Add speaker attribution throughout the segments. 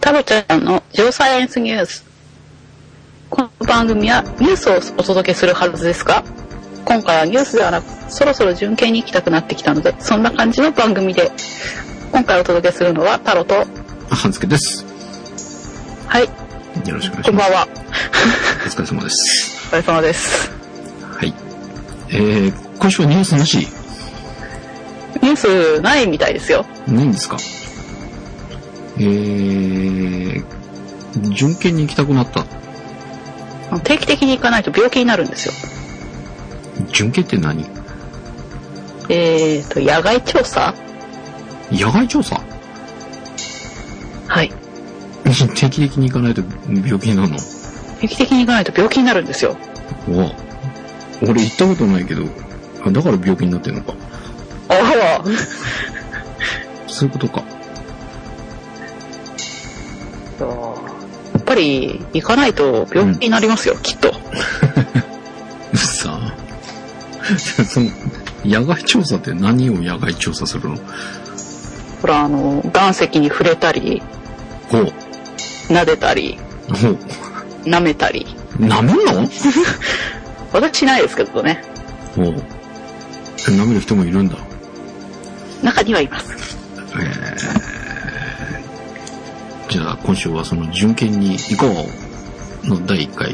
Speaker 1: タロちゃんのジオサイエンスニュース。この番組はニュースをお届けするはずですが、今回はニュースではなく、そろそろ準検に行きたくなってきたので、そんな感じの番組で、今回お届けするのはタロと
Speaker 2: 半助です。
Speaker 1: はい。
Speaker 2: よろしくお願いします。
Speaker 1: こんばんは。
Speaker 2: お疲れ様です。
Speaker 1: お疲れ様です。
Speaker 2: はい。今週はニュースなし？
Speaker 1: ニュースないみたいですよ。
Speaker 2: ないんですか？準検に行きたくなった。
Speaker 1: 定期的に行かないと病気になるんですよ。
Speaker 2: 準検って何？
Speaker 1: 野外調査？
Speaker 2: 野外調査？
Speaker 1: はい。
Speaker 2: 定期的に行かないと病気になるの？
Speaker 1: 定期的に行かないと病気になるんですよ。
Speaker 2: 俺行ったことないけど、だから病気になってんのか。
Speaker 1: ああ。
Speaker 2: そういうことか。
Speaker 1: やっぱり行かないと病気になりますよ、きっと。
Speaker 2: さあ、その野外調査って何を野外調査するの？
Speaker 1: ほら、岩石に触れたり、撫でたり、舐めたり。
Speaker 2: 舐めんの？
Speaker 1: 私しないですけどね。
Speaker 2: 舐める人もいるんだ。
Speaker 1: 中にはいます。
Speaker 2: じゃあ今週はその準検に行こうの第1回。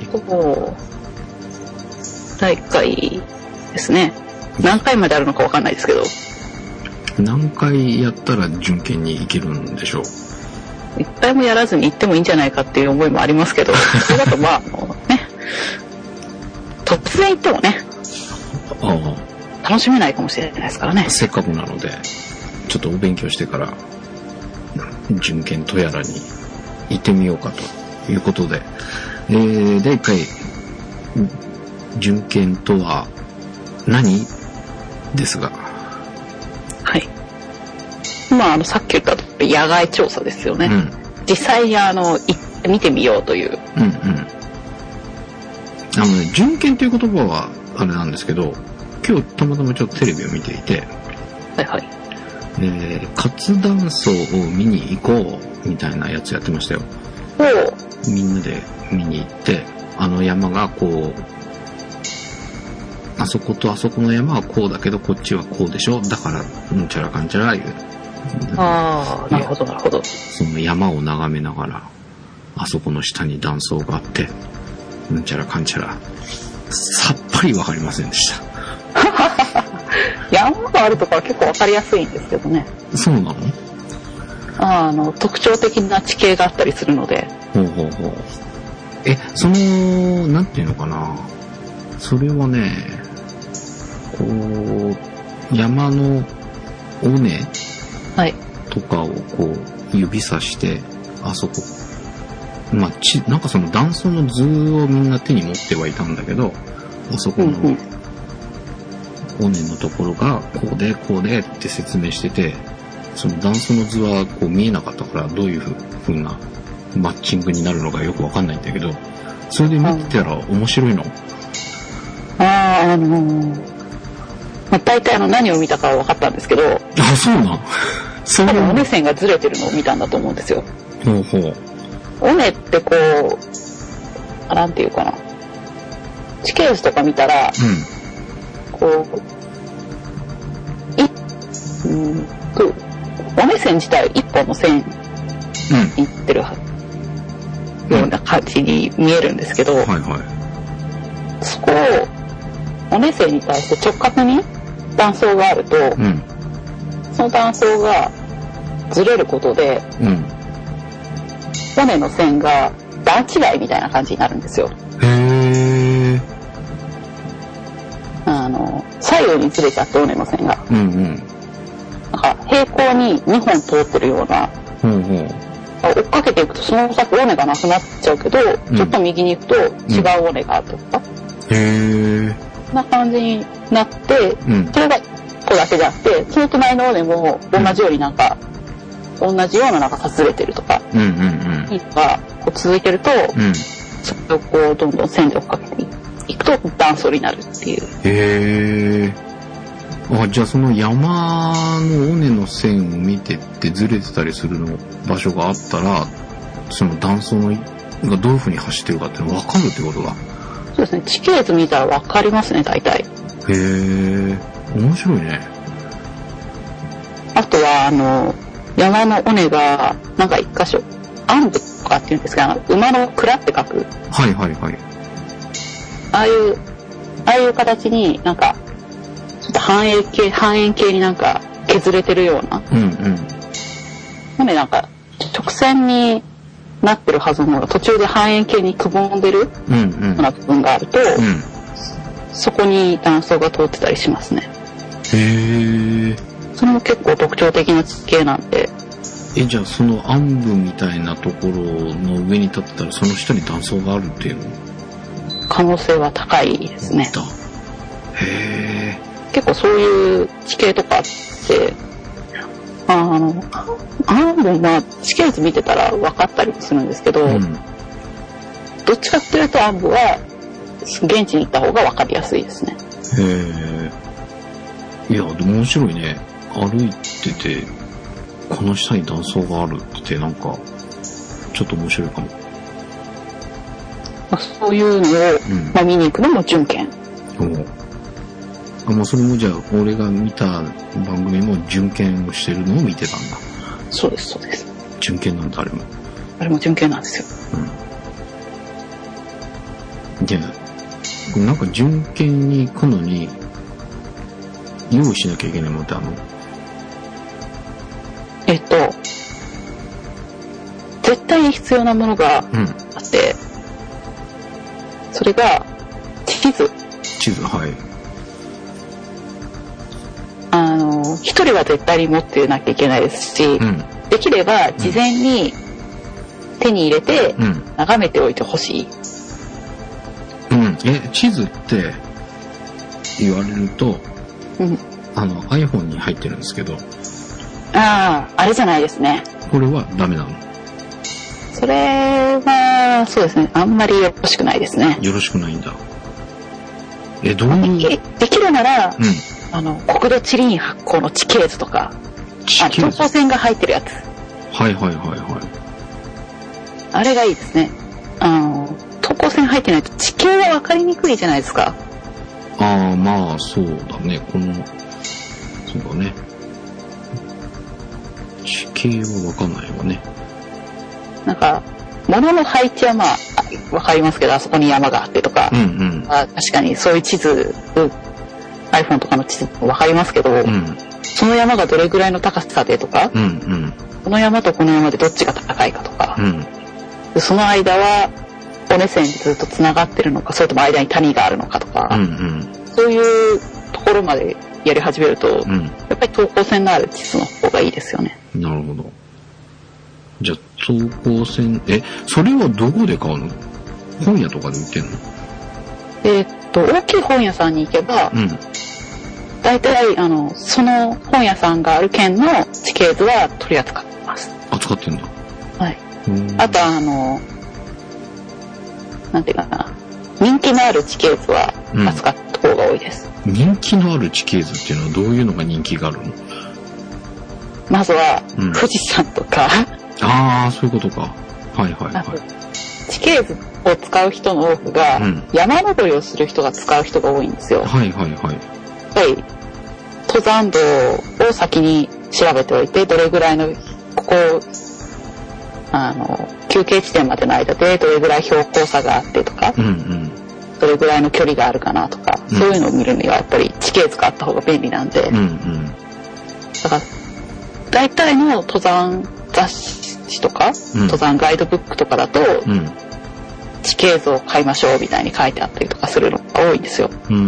Speaker 1: 第1回ですね。何回まであるのか分かんないですけど。
Speaker 2: 何回やったら準検に行けるんでしょう？
Speaker 1: 一回もやらずに行ってもいいんじゃないかっていう思いもありますけど、それだとまあね、突然行ってもね、楽しめないかもしれないですからね。
Speaker 2: せっかくなのでちょっとお勉強してから準検とやらに行ってみようかということで、第1回準検とは何ですが、
Speaker 1: はい。まあさっき言ったとおり野外調査ですよね。実際に行ってみてみようという。
Speaker 2: 準検という言葉はあれなんですけど、今日たまたまちょっとテレビを見ていて、
Speaker 1: はいはい。
Speaker 2: 活断層を見に行こうみたいなやつやってましたよ。みんなで見に行って、あの山がこう、あそことあそこの山はこうだけどこっちはこうでしょ、だからうんちゃらかんちゃらいう。
Speaker 1: なるほどなるほど。
Speaker 2: その山を眺めながら、あそこの下に断層があってうんちゃらかんちゃら、さっぱりわかりませんでした。
Speaker 1: 山があるところは結構わかりやすいんですけどね。
Speaker 2: そうなの？
Speaker 1: 特徴的な地形があったりするので。
Speaker 2: そのなんていうのかな、それはね、こう山の尾根とかをこう指さして、あそこ、なんかその断層の図をみんな手に持ってはいたんだけど、あそこの尾根のところがこうでこうでって説明してて、その断層の図はこう見えなかったから、どういう風なマッチングになるのかよくわかんないんだけど、それで見てたら面白いの？
Speaker 1: 大体何を見たかは分かったんですけど、
Speaker 2: そうなん？
Speaker 1: 多分尾根線がずれてるのを見たんだと思うんですよ。尾根ってこう、なんていうかな、地形図とか見たら、こう、尾根線自体一本の線にいってるような感じに見えるんですけど、そこを尾根線に対して直角に断層があると、その断層がずれることで、尾根の線が段違いみたいな感じになるんですよ。左右にずれちゃって尾根の線が、なんか平行に2本通ってるような、追っかけていくとその先尾根がなくなっちゃうけど、ちょっと右に行くと違う尾根があるとか、そんな感じになって、それが1個だけじゃなくて、その隣の尾根も同じようになんか、同じようななんか外れてるとか、がこう続いてると、それをこうどんどん線で追っかけていくと断層になるっていう。
Speaker 2: じゃあその山の尾根の線を見てってずれてたりするの場所があったら、 その断層がどういう風に走ってるかっていうのが分かるってことだ。
Speaker 1: そうですね。地形図見たら分かりますね、大体。へ
Speaker 2: え、面白いね。
Speaker 1: あとは、山の尾根が、なんか一箇所、暗部とかっていうんですか、馬の蔵って書く。
Speaker 2: はいはいはい。
Speaker 1: ああいう形になんか、ちょっと半円形になんか削れてるような。
Speaker 2: うんうん。
Speaker 1: なんでなんか、直線になってるはずのものが途中で半円形にくぼんでるような部分があると、そこに断層が通ってたりしますね。
Speaker 2: へえ。
Speaker 1: それも結構特徴的な地形なんで。
Speaker 2: じゃあその暗部みたいなところの上に立ってたらその下に断層があるっていうの？
Speaker 1: 可能性は高いですね。
Speaker 2: へえ。
Speaker 1: 結構そういう地形とかって暗部、まあ地形図見てたら分かったりもするんですけど、どっちかっていうと暗部は現地に行った方が分かりやすいですね。
Speaker 2: へえ。いや、でも面白いね。歩いててこの下に断層があるってなんかちょっと面白いかも。
Speaker 1: そういうのを、見に行くのも準検。
Speaker 2: もうそれもじゃあ俺が見た番組も準検をしてるのを見てたんだ。
Speaker 1: そうですそうです。
Speaker 2: 準検なんだあれも。
Speaker 1: あれも準検なんですよ。
Speaker 2: でなんか準検に行くのに用意しなきゃいけないものってあるの？
Speaker 1: 絶対に必要なものがあって、それが地図。
Speaker 2: はい。
Speaker 1: 一人は絶対に持ってなきゃいけないですし、できれば事前に手に入れて眺めておいてほしい。
Speaker 2: 地図って言われると、iPhone に入ってるんですけど。
Speaker 1: あれじゃないですね。
Speaker 2: これはダメなの？
Speaker 1: それはそうですね。あんまりよろしくないですね。
Speaker 2: よろしくないんだ。どういう？
Speaker 1: できるなら、国土地理院発行の地形図とか、等高線が入ってるやつ。
Speaker 2: はい。
Speaker 1: あれがいいですね。等高線入ってないと地形が分かりにくいじゃないですか。
Speaker 2: まあそうだね。そうだね。地形は分かんないわね。
Speaker 1: なんか物の配置はまあ分かりますけど、あそこに山があってとか、確かにそういう地図、iPhone とかの地図も分かりますけど、その山がどれぐらいの高さでとか、この山とこの山でどっちが高いかとか、その間は尾根線でずっとつながってるのか、それとも間に谷があるのかとか、そういうところまでやり始めると、やっぱり等高線のある地図の方がいいですよね。
Speaker 2: なるほど。じゃあ等高線、それはどこで買うの？本屋とかで売ってんの？
Speaker 1: 大きい本屋さんに行けば、大体その本屋さんがある県の地形図は取り扱ってます。
Speaker 2: 扱ってんだ。
Speaker 1: はい。あとなんていうかな、人気のある地形図は扱った方が多いです。
Speaker 2: 人気のある地形図っていうのはどういうのが人気があるの？
Speaker 1: まずは、富士山とか。
Speaker 2: そういうことか。はい。
Speaker 1: 地形図を使う人の多くが、山登りをする人が使う人が多いんですよ。
Speaker 2: はい。
Speaker 1: やっぱり登山道を先に調べておいて、どれぐらいの休憩地点までの間でどれぐらい標高差があってとか、どれぐらいの距離があるかなとか、そういうのを見るにはやっぱり地形図があった方が便利なんで、だから大体の登山雑誌とか、登山ガイドブックとかだと、地形図を買いましょうみたいに書いてあったりとかするのが多いんですよ。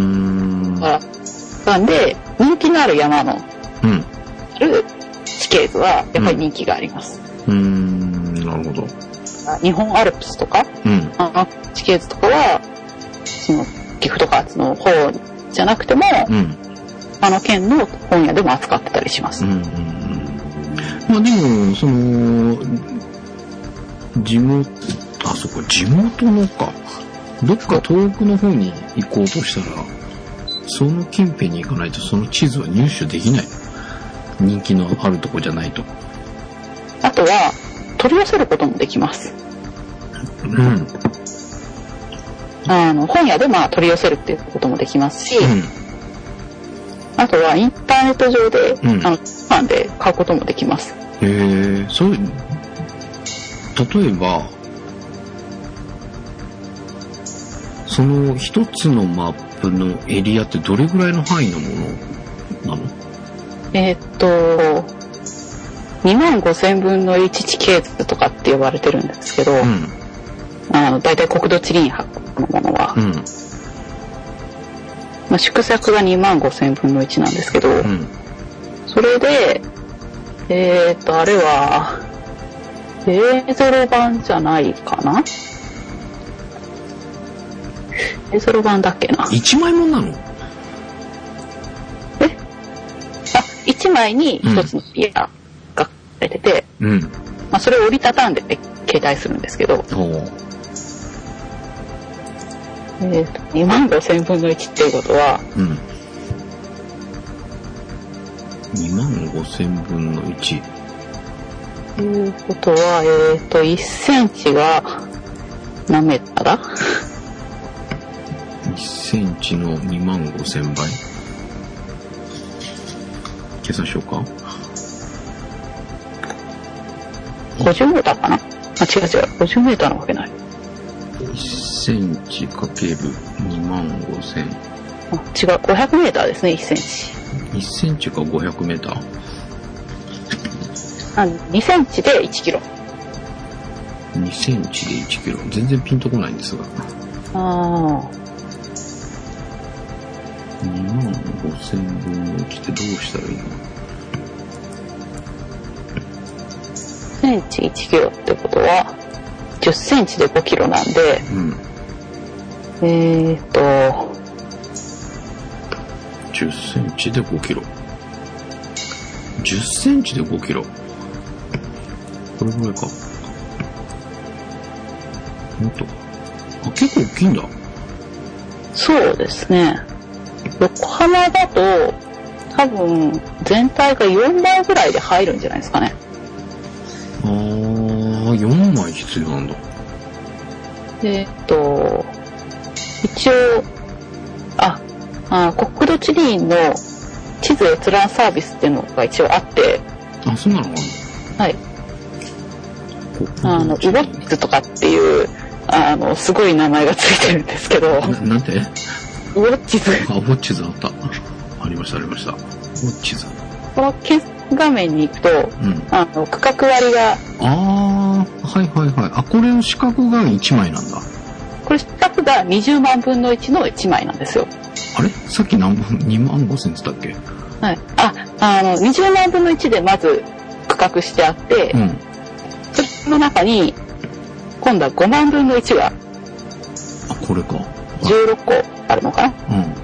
Speaker 1: なんで人気のある山のある地形図はやっぱり人気があります。
Speaker 2: なるほど。
Speaker 1: 日本アルプスとか、地形図とかはその岐阜とかの方じゃなくても、県の本屋でも扱ってたりします。
Speaker 2: まあでもその地元のかどっか遠くの方に行こうとしたらその近辺に行かないとその地図は入手できない。人気のあるとこじゃないと。
Speaker 1: あとは取り寄せることもできます。
Speaker 2: うん。
Speaker 1: 本屋で取り寄せるっていうこともできますし、
Speaker 2: うん、
Speaker 1: あとはインターネット上で、通販で買うこともできます。
Speaker 2: そういう、例えば、その一つのマップのエリアってどれぐらいの範囲のものなの
Speaker 1: ？25000分の1地形図とかって呼ばれてるんですけど、だいたい国土地理院発行のものは、縮尺が25000分の1なんですけど、それで、あれは、A0 版じゃないかな？ A0 版だっけな。
Speaker 2: 1枚もんなの
Speaker 1: ？1枚に1つのエリアが書いてて、それを折りたたんで携帯するんですけど、25000分の1っていうことは、
Speaker 2: 25000分の1。
Speaker 1: ということは、1センチが何メーターだ？
Speaker 2: 1センチの25000倍。計算しようか。
Speaker 1: 50メーターかな？違う、50メーターなわけない。
Speaker 2: 1センチかける25000。
Speaker 1: 違う、500メーターですね、1センチ。
Speaker 2: 1センチか500メーター。
Speaker 1: 2センチで1キロ。
Speaker 2: 2センチで1キロ。全然ピンとこないんですが。25000分の1ってどうしたらいいの？
Speaker 1: 1センチ1キロってことは、10センチで5キロなんで、
Speaker 2: 10センチで5キロ。10センチで5キロ。これぐらいか。もっと。結構大きいんだ。
Speaker 1: そうですね。横浜だと、多分、全体が4枚ぐらいで入るんじゃないですかね。
Speaker 2: 4枚必要なんだ。
Speaker 1: 一応、国土地理院の地図閲覧サービスっていうのが一応あって。
Speaker 2: そうなのかな？
Speaker 1: はい。ウォッチとかっていう、すごい名前がついてるんですけど。
Speaker 2: なんて？
Speaker 1: ウォッチズ。
Speaker 2: ウォッチズあった。ありました。ウォッチズ。
Speaker 1: この検索画面に行くと、区画割りが。
Speaker 2: はいはいはい。これの四角が1枚なんだ。
Speaker 1: これ四角が20万分の1の1枚なんですよ。
Speaker 2: あれ？さっき何分？2万5千って言ったっけ？
Speaker 1: はい。20万分の1でまず区画してあって、その中に、今度は5万分の1が、
Speaker 2: これか。
Speaker 1: 16個あるのかな？あって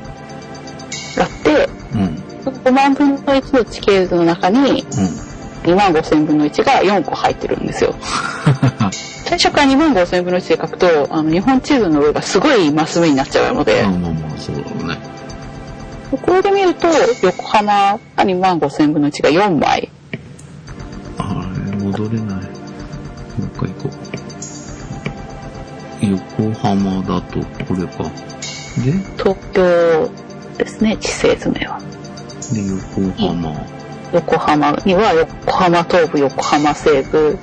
Speaker 1: 、5万分の1の地形図の中に、2万5000分の1が4個入ってるんですよ。最初から2万5000分の1で書くと、日本地図の上がすごいマス目になっちゃうので、
Speaker 2: そうだろうね。
Speaker 1: これで見ると、横浜が2万5000分の1が4枚。
Speaker 2: 戻れない。もう一回行こう。横浜だと、これか。で
Speaker 1: 東京ですね、地勢図名は。
Speaker 2: で、
Speaker 1: 横浜には、横浜東部、横浜西部、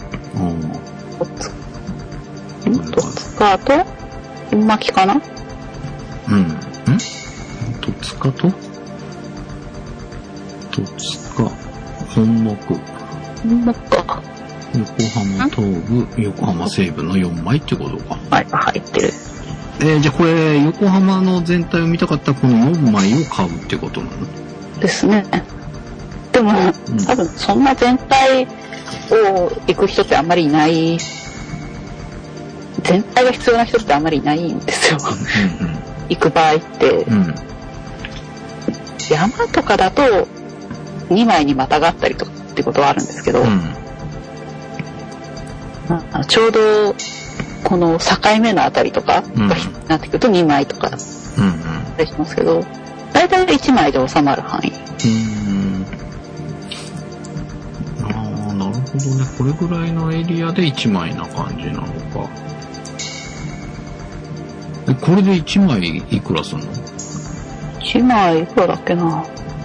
Speaker 1: 戸塚と、本巻かな？
Speaker 2: 戸塚と戸塚、本木か。横浜東部、横浜西部の4枚ってことか。
Speaker 1: はい、入ってる。
Speaker 2: じゃあこれ、横浜の全体を見たかったらこの4枚を買うってことなの？
Speaker 1: ですね。でも、多分そんな全体を行く人ってあんまりいない。全体が必要な人ってあんまりいないんですよ。行く場合って。山とかだと2枚にまたがったりとかってことはあるんですけど、ちょうどこの境目のあたりとかがなってくると2枚とかできますけど、大体1枚で収まる範囲。
Speaker 2: なるほほどね。これぐらいのエリアで1枚な感じなのか。これで1枚いくらすんの？
Speaker 1: 1 枚いくらだっけな。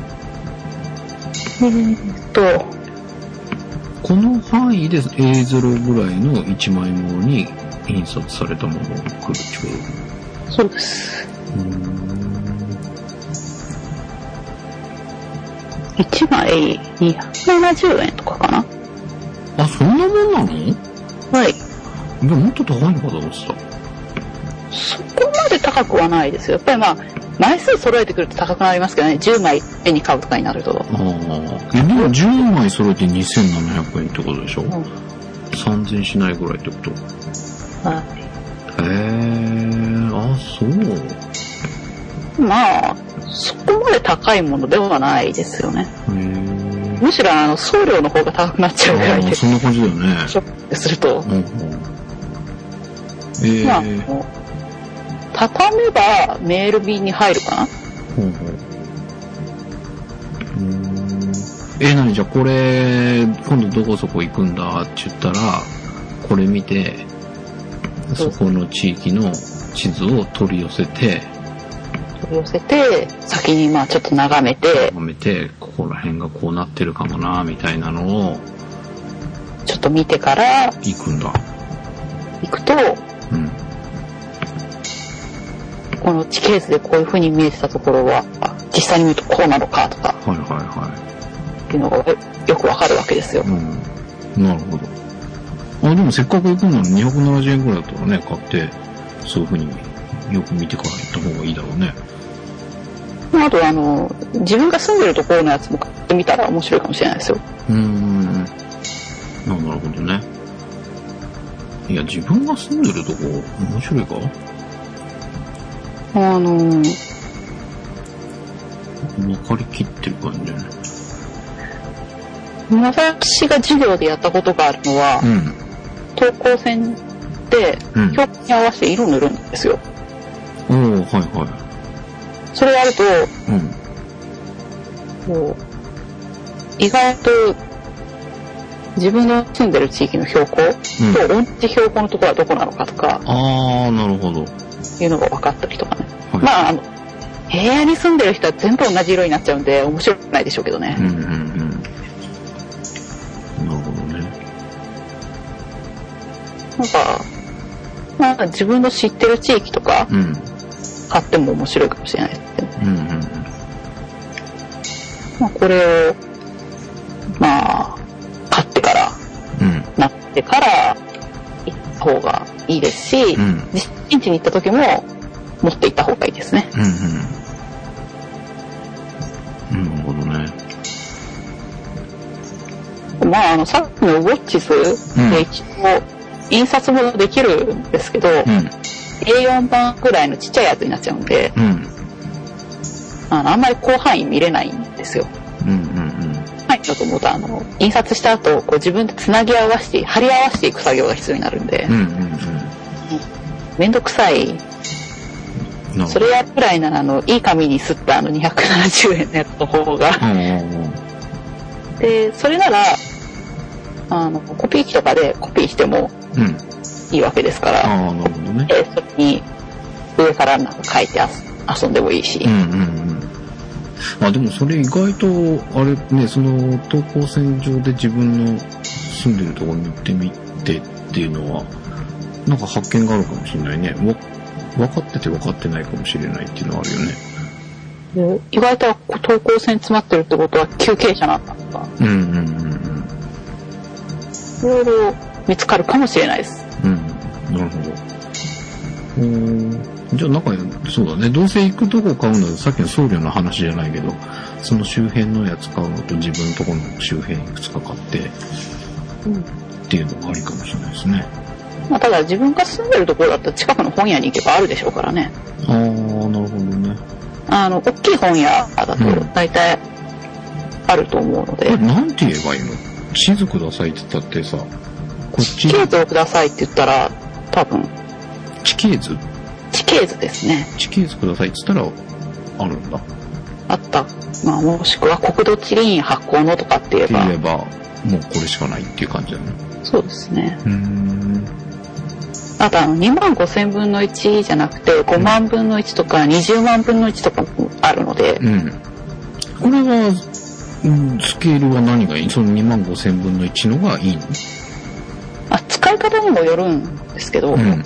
Speaker 2: この範囲で A0 ぐらいの1枚ものに印刷されたものを来るってこと？
Speaker 1: そうです。1枚270円とかかな。
Speaker 2: あ、そんなもんなの？
Speaker 1: はい。
Speaker 2: でももっと高いのかと思ってた。
Speaker 1: そこまで高くはないですよ。やっぱりまあ、枚数揃えてくると高くなりますけどね。10枚絵に買うとかになると。
Speaker 2: でも10枚揃えて2700円ってことでしょ？うん、3000しないぐらいってこと？
Speaker 1: はい。
Speaker 2: あ、そう。
Speaker 1: まあ、そこまで高いものではないですよね。むしろ送料の方が高くなっちゃうぐらいで。
Speaker 2: そんな感じだよね。
Speaker 1: ショックすると。まあ、畳めばメール便に入るかな。
Speaker 2: 何じゃあこれ今度どこそこ行くんだって言ったらこれ見てそこの地域の地図を取り寄せて
Speaker 1: 先にまあちょっと眺めて
Speaker 2: ここら辺がこうなってるかもなみたいなのを
Speaker 1: ちょっと見てから
Speaker 2: 行くんだ。
Speaker 1: 行くと、この地形図でこういう風に見えてたところは実際に見るとこうなのかとかっていうのがよくわかるわけですよ。
Speaker 2: なるほど。でもせっかく行くのに270円ぐらいだったらね買ってそういう風によく見てから行った方がいいだろうね。
Speaker 1: あと自分が住んでるところのやつも買ってみたら面白いかもしれないですよ。
Speaker 2: なるほどね。いや自分が住んでるとこ面白いか？分かりきってる感じじゃない？
Speaker 1: 私が授業でやったことがあるのは、等高線で標高に合わせて色塗るんですよ。それやると、意外と自分の住んでる地域の標高と同じ標高のところはどこなのかとか、
Speaker 2: なるほど。
Speaker 1: いうのが分かったりとかね。まあ平野に住んでる人は全部同じ色になっちゃうんで面白くないでしょうけどね。
Speaker 2: なるほどね。
Speaker 1: なんか自分の知ってる地域とか買っても面白いかもしれないですね。これを買ってから、なってから行った方がいいですし、現地に行った時も持って行った方がいいですね。
Speaker 2: なるほどね。
Speaker 1: さっきのウォッチスで一応印刷もできるんですけど、A4 版ぐらいのちっちゃいやつになっちゃうんで、あんまり広範囲見れないんですよ。ちょっと思うと印刷した後こう自分でつなぎ合わせて貼り合わせていく作業が必要になるんで、めんどくさい。それやるくらいならいい紙にすった270円のやつの方がでそれならコピー機とかでコピーしてもいいわけですから、
Speaker 2: なるほどね。
Speaker 1: それに上からなんか書いて遊んでもいいし。
Speaker 2: でもそれ意外とあれね、その等高線上で自分の住んでるところに行ってみてっていうのはなんか発見があるかもしれないね。分かってて分かってないかもしれないっていうのはあるよね。
Speaker 1: 意外と等高線詰まってるってことは急傾斜なんだとか、いろいろ見つかるかもしれないです。
Speaker 2: なるほど。じゃあなんかそうだね、どうせ行くとこ買うのはさっきの送料の話じゃないけどその周辺のやつ買うのと自分のところの周辺いくつか買ってっていうのがありかもしれないですね。
Speaker 1: ただ自分が住んでるところだったら近くの本屋に行けばあるでしょうからね。
Speaker 2: なるほどね。
Speaker 1: 大きい本屋だと大体あると思うので。
Speaker 2: なんて言えばいいの？地図くださいって言ったってさ、
Speaker 1: 地形図をくださいって言ったら多分
Speaker 2: 地形図
Speaker 1: ですね。
Speaker 2: 地形図くださいって言ったらあるんだ。
Speaker 1: あった。もしくは国土地理院発行のとかって言えば
Speaker 2: もうこれしかないっていう感じだね。
Speaker 1: そうですね。あと2万5000分の1じゃなくて5万分の1とか20万分の1とかもあるので、
Speaker 2: これはスケールは何がいい？その2万5000分の1のがいいの？
Speaker 1: 使い方にもよるんですけど、広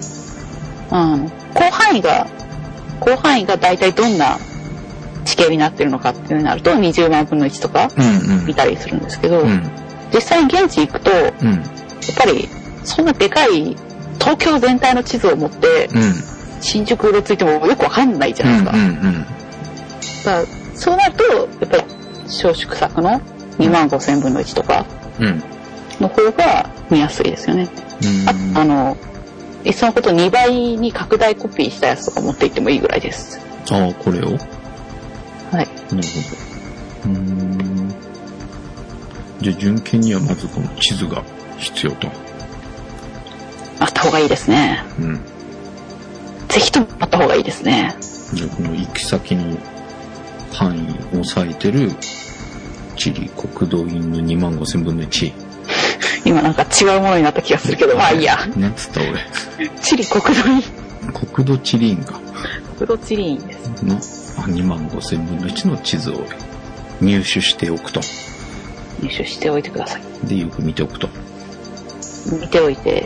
Speaker 1: 範囲が大体どんな地形になってるのかっていうのになると20万分の1とか見たりするんですけど、実際に現地行くと、やっぱりそんなでかい東京全体の地図を持って、新宿うろついてもよくわかんないじゃないですか。だからそうなるとやっぱり小縮作の2万5000分の1とかの方が見やすいですよね。いっそのこと2倍に拡大コピーしたやつとか持っていってもいいぐらいです。
Speaker 2: ああ、これを？
Speaker 1: はい。なる
Speaker 2: ほど。じゃあ順検にはまずこの地図が必要と。
Speaker 1: あった方がいいですね。ぜひともあった方がいいですね。
Speaker 2: じゃあこの行き先の範囲を抑えてる地理国土院の2万5000分の1。
Speaker 1: 今なんか違うものになった気がするけど、まあいいや。
Speaker 2: なんつった俺。
Speaker 1: 地理国土院。
Speaker 2: 国土地理院か。
Speaker 1: 国土地理院です。
Speaker 2: の2万5000分の1の地図を入手しておくと。
Speaker 1: 入手しておいてください。
Speaker 2: で、よく見ておくと。
Speaker 1: 見ておいて。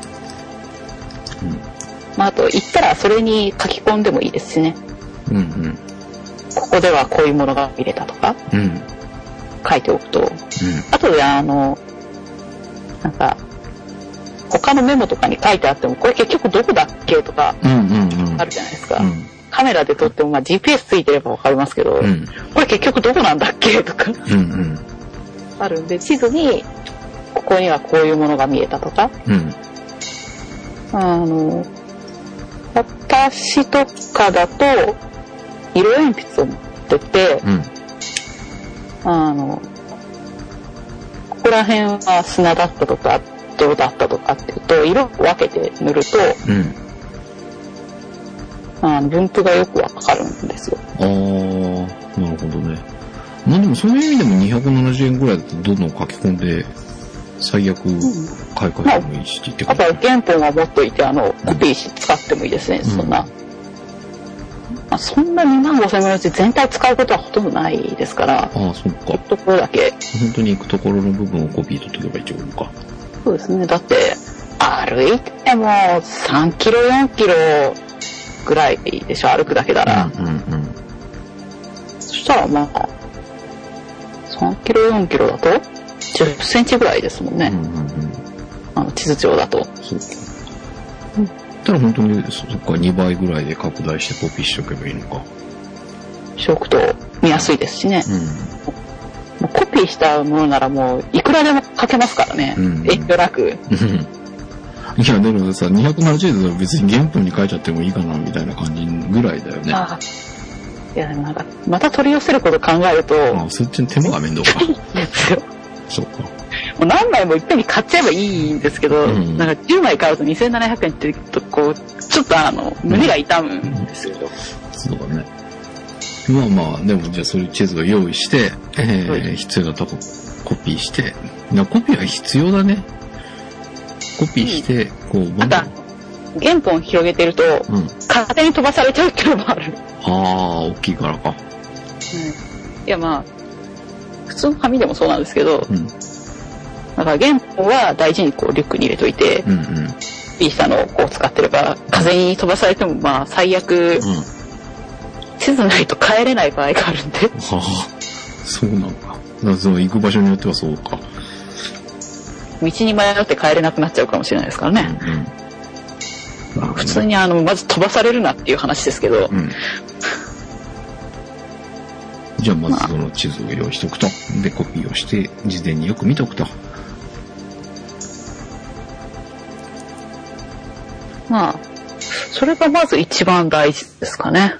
Speaker 1: あと、行ったらそれに書き込んでもいいですしね。ここではこういうものが見れたとか、書いておくと、後でなんか、他のメモとかに書いてあっても、これ結局どこだっけとか、あるじゃないですか。カメラで撮っても、GPS ついてればわかりますけど、これ結局どこなんだっけとか、あるんで、地図に、ここにはこういうものが見えたとか、私とかだと、色鉛筆を持ってて、ここら辺は砂だったとか、どうだったとかっていうと、色を分けて塗ると、分布がよくわかるんですよ。
Speaker 2: なるほどね。でもそういう意味でも270円ぐらいだとどんどん書き込んで、最悪買い替えてもいいしって
Speaker 1: あとは原本は持っといて、コピーし使ってもいいですね、そんな。そんな2万5000分のうち全体使うことはほとんどないですから。
Speaker 2: そっか。
Speaker 1: ところだけ。
Speaker 2: 本当に行くところの部分をコピー取っておけば一応いいのか。
Speaker 1: そうですね。だって、歩いても3キロ、4キロぐらいでしょ、歩くだけなら。そしたら3キロ、4キロだと10センチぐらいですもんね。地図上だと。
Speaker 2: そうか。たら本当にそっか2倍ぐらいで拡大してコピーしておけばいいのか。しておくと
Speaker 1: 見やすいですしね。もうコピーしたものならもういくらでも書けますからね。遠慮なく。
Speaker 2: いやでもさ270円だと別に原本に書いちゃってもいいかなみたいな感じぐらいだよね。
Speaker 1: いやでもなんかまた取り寄せること考えると。
Speaker 2: そっちの手間が面倒か。
Speaker 1: ですよ。
Speaker 2: そうか。
Speaker 1: もう何枚もいっぺんに買っちゃえばいいんですけど、なんか10枚買うと2700円って言うとちょっと胸が痛むんですよ。
Speaker 2: そうだね。でもじゃあそういう地図を用意して、必要なとこコピーして、コピーは必要だね。コピーして、
Speaker 1: また原本広げてると、勝手に飛ばされちゃうっていうのもある。
Speaker 2: 大きいからか。
Speaker 1: いや普通の紙でもそうなんですけど、だから原本は大事にリュックに入れといて、ピーしたのを使ってれば、風に飛ばされても最悪、地図ないと帰れない場合があるんで。
Speaker 2: そうなんか。行く場所によってはそうか。
Speaker 1: 道に迷って帰れなくなっちゃうかもしれないですからね。普通にまず飛ばされるなっていう話ですけど。
Speaker 2: じゃあまずその地図を用意しておくと。で、コピーをして事前によく見ておくと。
Speaker 1: それがまず一番大事ですかね。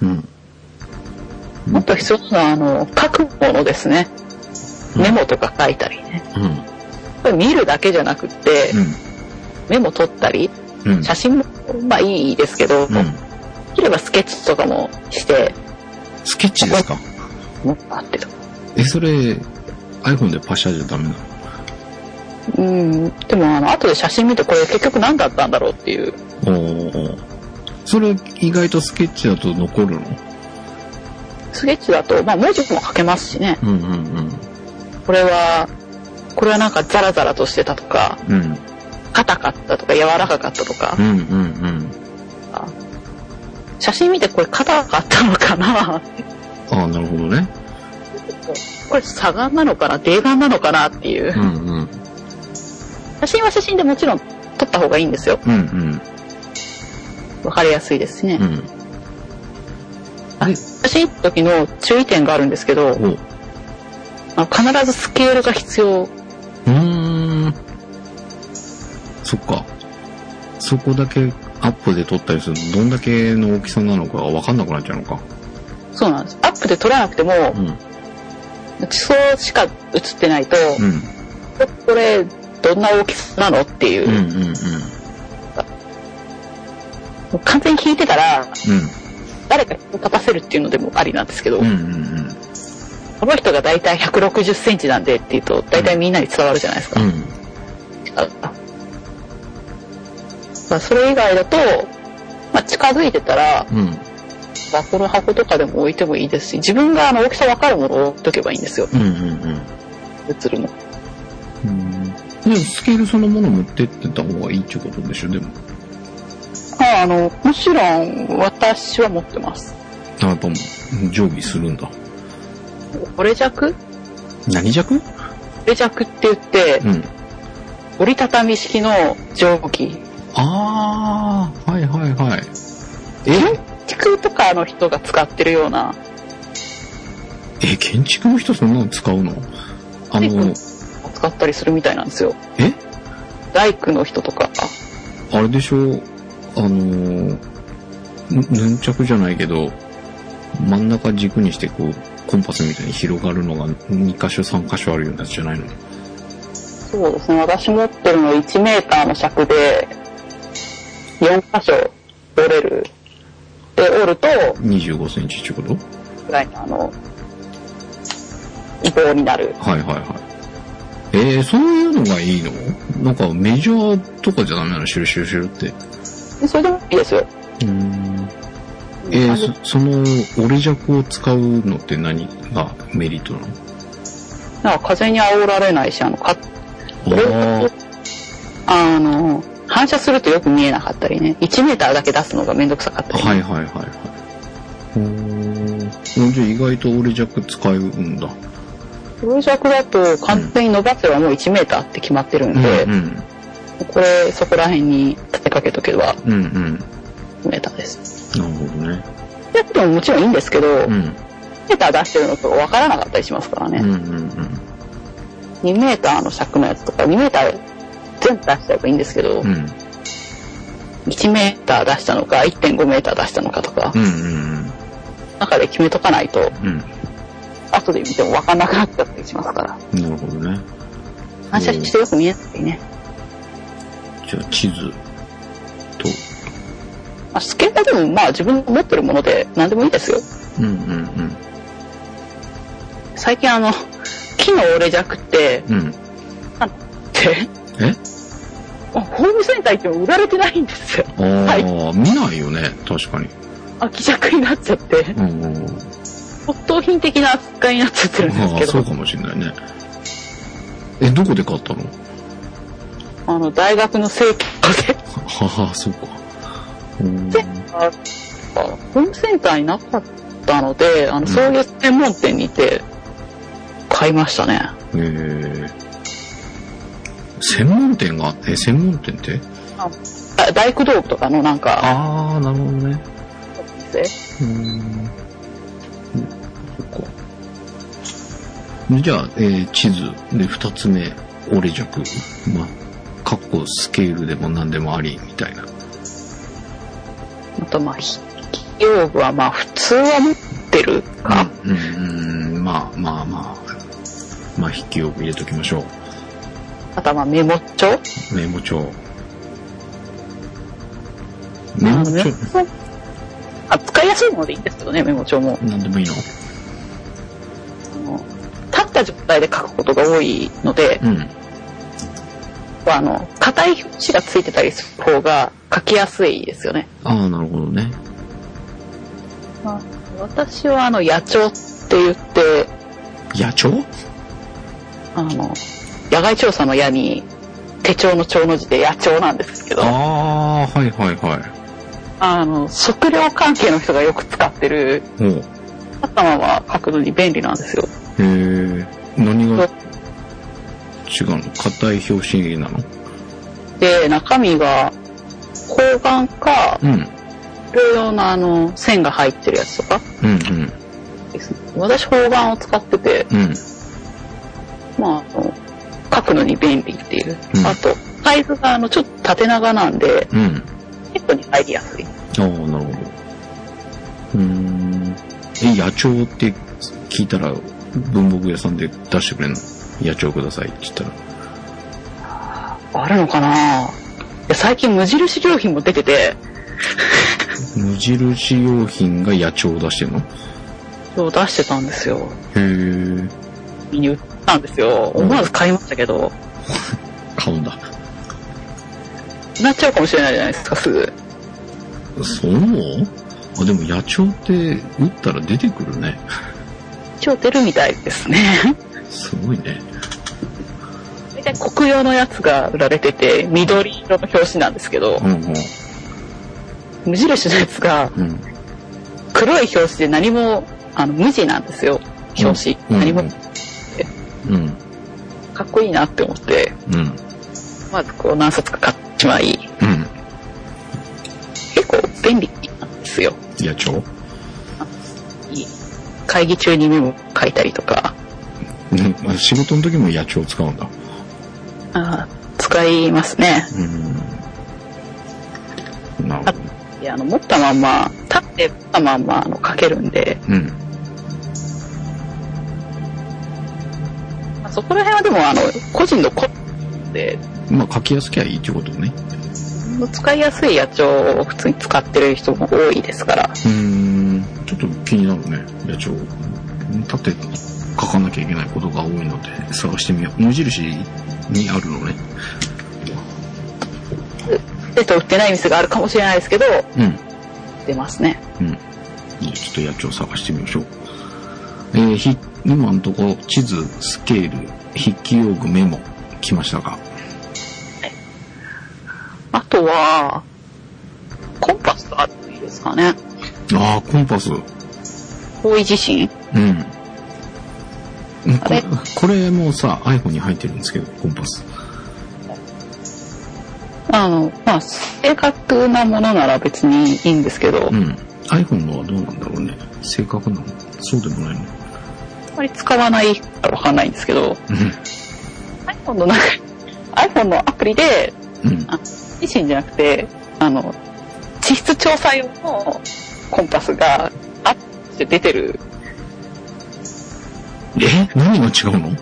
Speaker 1: もっと必要なのは書くものですね。メモとか書いたりね。これ見るだけじゃなくって、メモ取ったり、写真もいいですけど、できればスケッチとかもして。
Speaker 2: スケッチですか？
Speaker 1: あってと。
Speaker 2: それ iPhone でパシャじゃダメな
Speaker 1: の？でも後で写真見てこれ結局何だったんだろうっていう。
Speaker 2: それ意外とスケッチだと残るの？
Speaker 1: スケッチだと、文字も書けますしね。これはなんかザラザラとしてたとか、硬かったとか柔らかかったとか、写真見てこれ硬かったのかな
Speaker 2: なるほどね。
Speaker 1: これ砂岩なのかな泥岩なのかなっていう、写真は写真でもちろん撮った方がいいんですよ。わかりやすいですしね。写真撮った時の注意点があるんですけど、必ずスケールが必要。
Speaker 2: そっか。そこだけアップで撮ったりするとどんだけの大きさなのか分かんなくなっちゃうのか。
Speaker 1: そうなんです。アップで撮らなくても、地層しか写ってないと、これどんな大きさなのっていう。完全に引いてたら、誰か立たせるっていうのでもありなんですけど、この人がだいたい160センチなんでっていうと、だいたいみんなに伝わるじゃないですか。それ以外だと、近づいてたら、この箱とかでも置いてもいいですし、自分が大きさ分かるものを置いとけばいいんですよ。映るの。
Speaker 2: でもスケールそのもの持ってってた方がいいってことでしょ、でも。
Speaker 1: もちろん私は持ってます。
Speaker 2: 常備するんだ。
Speaker 1: 折れ弱？
Speaker 2: 何弱？
Speaker 1: 折れ弱って言って、折りたたみ式の定規。建築とかの人が使ってるような。
Speaker 2: 建築の人そんなの使うの？
Speaker 1: 使ったりするみたいなんですよ。大工の人とか。
Speaker 2: あれでしょ、ヌンチャクじゃないけど、真ん中軸にしてこう、コンパスみたいに広がるのが2箇所3箇所あるようなやつじゃないの？
Speaker 1: そうですね。私持ってるの1メーターの尺で、4箇所折れる。で、折ると、
Speaker 2: 25センチってこと？
Speaker 1: ぐらいの棒になる。
Speaker 2: そういうのがいいの？なんかメジャーとかじゃダメなの？シュルシュルシュルって。
Speaker 1: それでもいいですよ。
Speaker 2: その折れ弱を使うのって何がメリットなの？
Speaker 1: なんか風に煽られないし、反射するとよく見えなかったりね、1メーターだけ出すのがめんどくさかったり、ね。
Speaker 2: じゃあ意外と折れ弱使うんだ。
Speaker 1: 折れ弱だと完全に伸ばせばもう1メーターって決まってるんで、これそこら辺に立てかけとけば1メーターです。
Speaker 2: なるほどね。
Speaker 1: やってももちろんいいんですけど、1メーター出してるのと分からなかったりしますからね。2メーターの尺のやつとか2メーター全部出しちゃえばいいんですけど、1メーター出したのか 1.5 メーター出したのかとか、中で決めとかないと、後で見ても分かんなくなっちゃったりしますから。
Speaker 2: なるほどね。
Speaker 1: 反射してよく見えないね。
Speaker 2: じゃあ地図と、
Speaker 1: スケールでも自分の持ってるもので何でもいいですよ。最近木の折れ弱って、なんてホームセンター行っても売られてないんですよ。
Speaker 2: 見ないよね、確かに。
Speaker 1: 希弱になっちゃって、骨董品的な扱いになっちゃってるんですけど。
Speaker 2: そうかもしれないね。どこで買ったの？
Speaker 1: 大学の生協で。
Speaker 2: そうか。
Speaker 1: で、ホームセンターになかったので、そういう専門店に行って買いましたね。
Speaker 2: 専門店があって、専門店って
Speaker 1: 大工道具とかのなんか。
Speaker 2: なるほどね。そっか。じゃあ、地図で2つ目、折れ弱。かっこスケールでも何でもありみたいな。
Speaker 1: あと筆記用具は普通は持ってるか。
Speaker 2: 筆記用具入れときましょう。
Speaker 1: あとはメモ帳。使いやすいものでいいんですけどね、メモ帳も。
Speaker 2: 何でもいいの？
Speaker 1: タッった状態で書くことが多いので、硬い表紙がついてたりする方が書きやすいですよね。
Speaker 2: ああ、なるほどね。
Speaker 1: 私は野鳥って言って、
Speaker 2: 野鳥？
Speaker 1: 野外調査の矢に手帳の帳の字で野鳥なんですけど。
Speaker 2: ああ、はいはいはい。
Speaker 1: 測量関係の人がよく使ってる、頭は書くのに便利なんですよ。
Speaker 2: へえ。何が違うの？硬い表紙なの？
Speaker 1: で、中身が方眼か、いろいろな線が入ってるやつとか、ですね。私方眼を使ってて、書くのに便利っていう。あと、サイズがちょっと縦長なんで、ヘッドに入りやすい。
Speaker 2: ああ、なるほど。野鳥って聞いたら文房具屋さんで出してくれんの？野鳥くださいって言ったら。
Speaker 1: あるのかな？最近無印良品も出てて。
Speaker 2: 無印良品が野鳥を出してるの？
Speaker 1: そう、出してたんですよ。
Speaker 2: へー。
Speaker 1: 見に売ったんですよ。思わず買いましたけど。
Speaker 2: 買うんだ。
Speaker 1: なっちゃうかもしれないじゃないですか、すぐ。
Speaker 2: そう？あ、でも野鳥って打ったら出てくるね。
Speaker 1: 一応出るみたいですね。
Speaker 2: すごいね。
Speaker 1: 大体国用のやつが売られてて、緑色の表紙なんですけど、無印のやつが、黒い表紙で何も、無地なんですよ、表紙。何も。かっこいいなって思って、まず何冊か買ってしまい、結構便利なんですよ。
Speaker 2: 野鳥？
Speaker 1: 会議中にメモ書いたりとか。
Speaker 2: 仕事の時も野鳥使うんだ。
Speaker 1: 使いますね。
Speaker 2: なるほど。
Speaker 1: 持ったまんま、立って持ったまんま書けるんで、そこら辺はでも個人のコンで、
Speaker 2: 書きやすきゃいいってことね。
Speaker 1: 使いやすい野鳥を普通に使ってる人も多いですから。
Speaker 2: ちょっと気になるね、野鳥。立って書かなきゃいけないことが多いので探してみよう。無印にあるのね。
Speaker 1: 売ってない店があるかもしれないですけど、出ますね。
Speaker 2: ちょっと野鳥探してみましょう。今のところ地図、スケール、筆記用具、メモ来ましたか？
Speaker 1: あとはコンパスあるといいですかね。
Speaker 2: ああ、コンパス。
Speaker 1: 方位地震。
Speaker 2: これもさ iPhone に入ってるんですけど、コンパス。
Speaker 1: 正確なものなら別にいいんですけど、
Speaker 2: iPhone のはどうなんだろうね。正確なの？そうでもないの？
Speaker 1: あまり使わないからわかんないんですけど、iPhone のアプリで、地震じゃなくて、地質調査用のコンパスがアップして出てる。
Speaker 2: 何が違うの？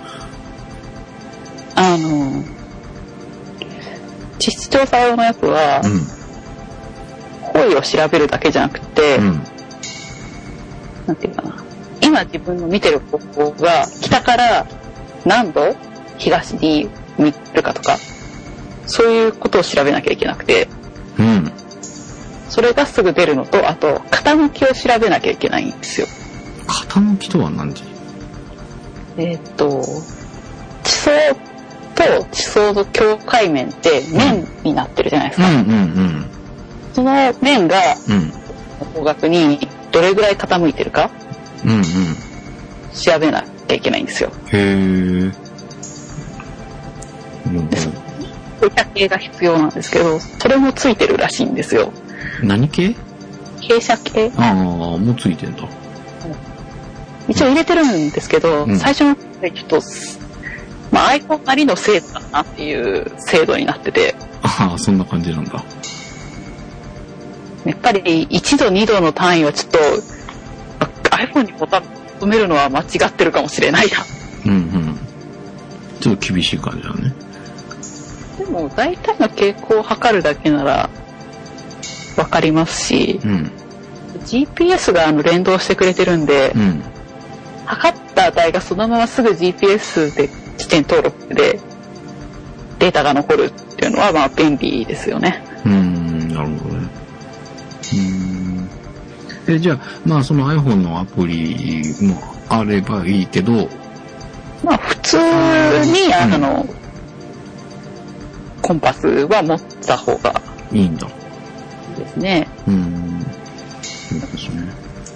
Speaker 1: 地質調査用のやつは、方位を調べるだけじゃなくて、なんていうかな。今自分の見てる方向が北から何度東に向いてるかとか、そういうことを調べなきゃいけなくて、それがすぐ出るのと、あと傾きを調べなきゃいけないんですよ。
Speaker 2: 傾きとは何時？
Speaker 1: 地層と地層の境界面って面になってるじゃないですか。その面が方角にどれぐらい傾いてるか調べなきゃいけないんですよ。そういった系が必要なんですけど、それもついてるらしいんですよ。
Speaker 2: 何系？
Speaker 1: 傾斜系。
Speaker 2: もうついてんだ。
Speaker 1: 一応入れてるんですけど、最初のちょっと、iPhone なりの精度だなっていう精度になってて。
Speaker 2: そんな感じなんだ。
Speaker 1: やっぱり1度2度の単位はちょっと iPhone に求めるのは間違ってるかもしれないな。
Speaker 2: ちょっと厳しい感じだね。
Speaker 1: でも大体の傾向を測るだけならわかりますし、GPS が連動してくれてるんで、測ったた値がそのまますぐ GPS で地点登録でデータが残るっていうのはまあ便利ですよね。
Speaker 2: なるほどね。じゃあまあその iPhone のアプリもあればいいけど、
Speaker 1: まあ普通にコンパスは持った方が
Speaker 2: いいんだ。
Speaker 1: ですね。
Speaker 2: そうですね。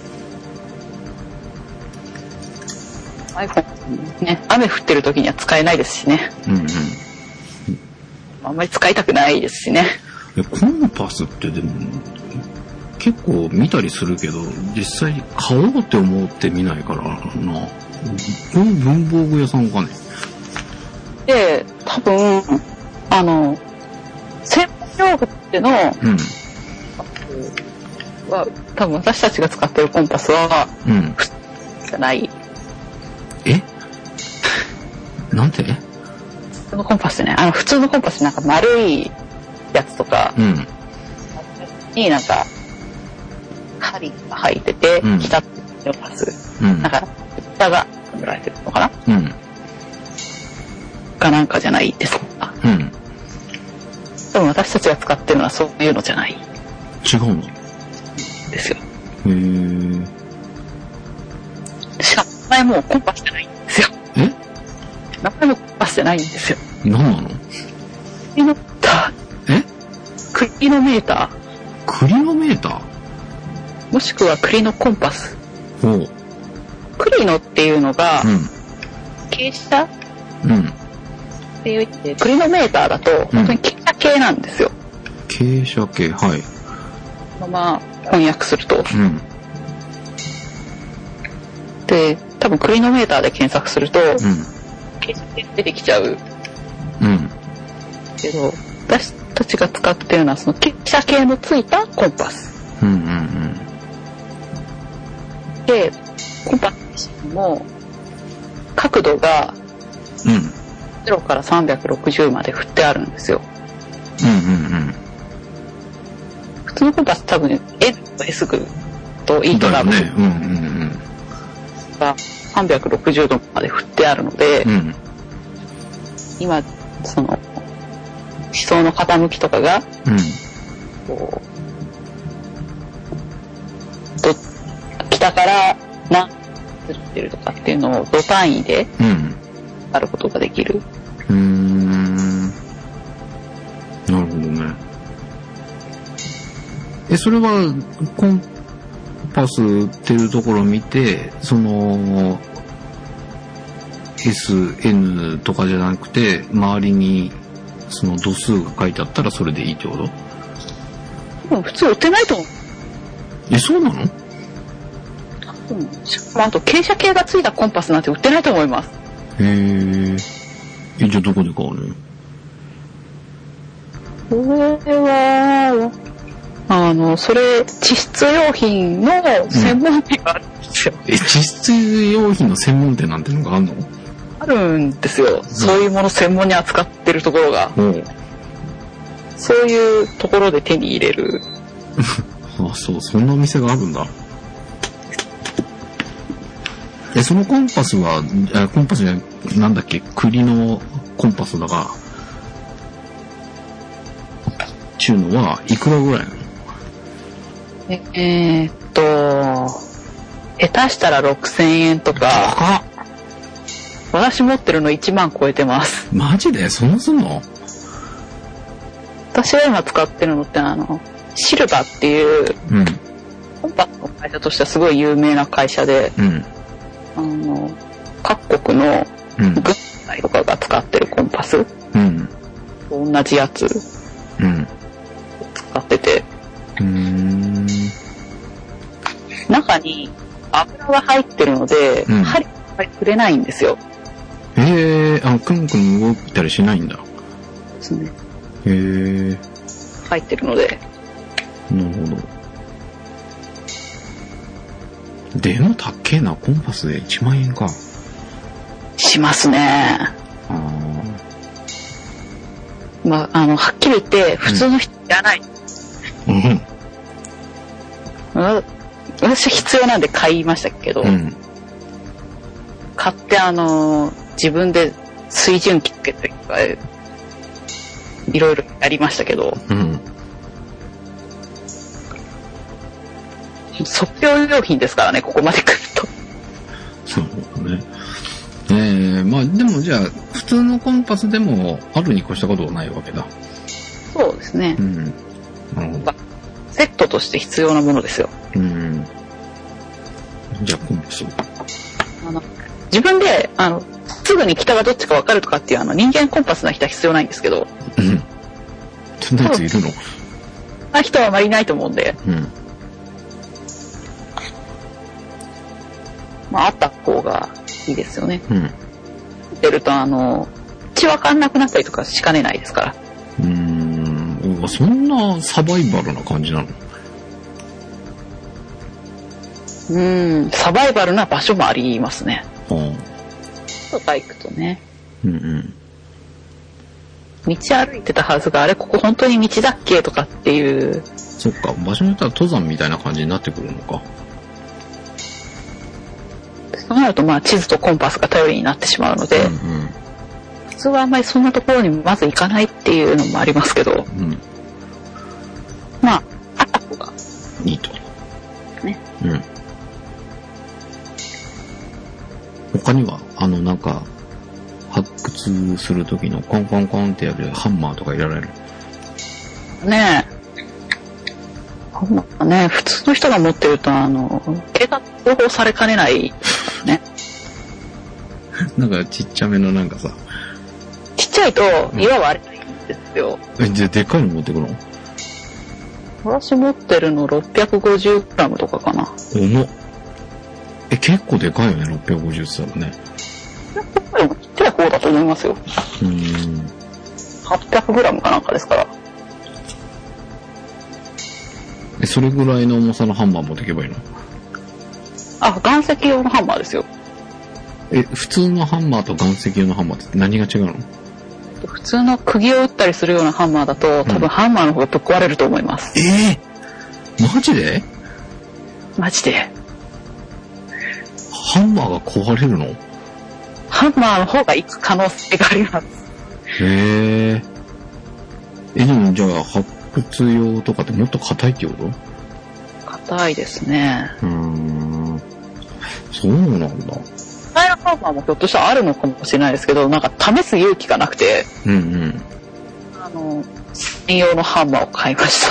Speaker 1: iPhone ね、雨降ってる時には使えないですしね。あんまり使いたくないですしね。
Speaker 2: コンパスってでも結構見たりするけど、実際に買おうって思って見ないからな。これ文房具屋さんかね。
Speaker 1: で、多分専門用具ってのは、多分私たちが使ってるコンパスは普通じゃない。
Speaker 2: なんて？
Speaker 1: 普通のコンパスね。普通のコンパスなんか丸いやつとか、になんか針が入ってて、北ってコンパス、なんか蓋が塗られてるのかな、かなんかじゃないですか。多分私たちが使ってるのはそういうのじゃない。
Speaker 2: 違うの？
Speaker 1: ですよ。しかも名前もコンパスじゃないんですよ。名前もコンパスじゃないんですよ。
Speaker 2: 何なの？
Speaker 1: クリノメーター。クリノメーター？
Speaker 2: クリノメーター？
Speaker 1: もしくはクリノコンパス。クリノっていうのが、傾斜っていう意味で、クリノメーターだと本当に傾斜計なんですよ。
Speaker 2: 傾斜計、はい。
Speaker 1: まま翻訳すると。で、多分クリノメーターで検索すると、傾斜計出てきちゃう。けど、私たちが使ってるのはその傾斜計のついたコンパス。で、コンパス自身も角度が0から360まで振ってあるんですよ。普通のコンパス多分 N と S と E と W が360度まで振ってあるので、今その思想の傾きとかが、こう北から何ずれてるとかっていうのを度単位であることができる。
Speaker 2: なるほどね。それはコンパスっていうところを見て、その SN とかじゃなくて周りにその度数が書いてあったらそれでいいってこと？
Speaker 1: 普通売ってないと思う。
Speaker 2: そうなの？
Speaker 1: あと傾斜計がついたコンパスなんて売ってないと思います。
Speaker 2: じゃあどこで買うの？
Speaker 1: これはそれ地質用品の専門店があるんですよ。
Speaker 2: 地質用品の専門店なんてのがあるの？
Speaker 1: あるんですよ。そういうもの専門に扱ってるところが。そういうところで手に入れる。
Speaker 2: そんなお店があるんだ。そのコンパスは、コンパスじゃなんだっけ、栗のコンパスだが、ちゅうのはいくらぐらいなの？
Speaker 1: 下手したら6000円とか。私持ってるの1万超えてます。
Speaker 2: マジで？そんなすんの？
Speaker 1: 私が今使ってるのってシルバっていう、コンパスの会社としてはすごい有名な会社で、各国の軍隊とかが使ってるコンパス、同じやつ、使ってて、中に油が入ってるので、針が触れないんですよ。
Speaker 2: くんくん動いたりしないんだ。
Speaker 1: ですね。入ってるので。
Speaker 2: なるほど。でも高えな、コンパスで1万円か。
Speaker 1: しますね。まあ、はっきり言って普通の人いらない。私必要なんで買いましたけど、 買って自分で水準器つけていろいろやりましたけど、うん、即興用品ですからね、ここまで来ると。
Speaker 2: そうね。まあでもじゃあ普通のコンパスでもあるに越したことはないわけだ。
Speaker 1: そうですね。
Speaker 2: うん。なるほど。
Speaker 1: セットとして必要なものですよ。
Speaker 2: うん。じゃあコンパス。
Speaker 1: 自分ですぐに北がどっちか分かるとかっていう人間コンパスな人は必要ないんですけど。
Speaker 2: うん。そんなやついるの？
Speaker 1: 人はあまりいないと思うんで。
Speaker 2: うん。
Speaker 1: まああった方がいいですよね。
Speaker 2: うん。
Speaker 1: 出ると血わかんなくなったりとかしかねないですから。
Speaker 2: そんなサバイバルな感じな
Speaker 1: の？サバイバルな場所もありますね。とか行くとね。
Speaker 2: うんうん。
Speaker 1: 道歩いてたはずが、あれここ本当に道だっけとかっていう。
Speaker 2: そっか、場所によっては登山みたいな感じになってくるのか。
Speaker 1: そうなるとまあ地図とコンパスが頼りになってしまうので、
Speaker 2: うんうん、
Speaker 1: 普通はあんまりそんなところにまず行かないっていうのもありますけど、
Speaker 2: うん、
Speaker 1: まああった方が
Speaker 2: いいと。
Speaker 1: ね。
Speaker 2: うん。他にはなんか発掘する時のコンコンコンってやるハンマーとかいられる？
Speaker 1: ねえ。ね、普通の人が持ってると計画情報されかねないね。
Speaker 2: なんかちっちゃめのなんかさ。
Speaker 1: ちっちゃいと岩割れないんですよ。
Speaker 2: じゃあでっかいの持ってくの？
Speaker 1: 私持ってるの 650g とかかな。
Speaker 2: 重っ。結構でかいよね、650って言ったらね。
Speaker 1: ちっちゃい方だと思いますよ。800g かなんかですから。
Speaker 2: それぐらいの重さのハンマー持っていけばいいの？
Speaker 1: 岩石用のハンマーですよ。
Speaker 2: 普通のハンマーと岩石用のハンマーって何が違うの？
Speaker 1: 普通の釘を打ったりするようなハンマーだと、多分ハンマーの方がぶっ壊れると思います。
Speaker 2: マジで？
Speaker 1: マジで。
Speaker 2: ハンマーが壊れるの？
Speaker 1: ハンマーの方が行く可能性があります。
Speaker 2: でもじゃあ発掘用とかってもっと硬いってこと？
Speaker 1: 硬いですね。
Speaker 2: そうなんだ。
Speaker 1: タイヤハンマーもひょっとしたらあるのかもしれないですけど、なんか試す勇気がなくて、専用のハンマーを買いました。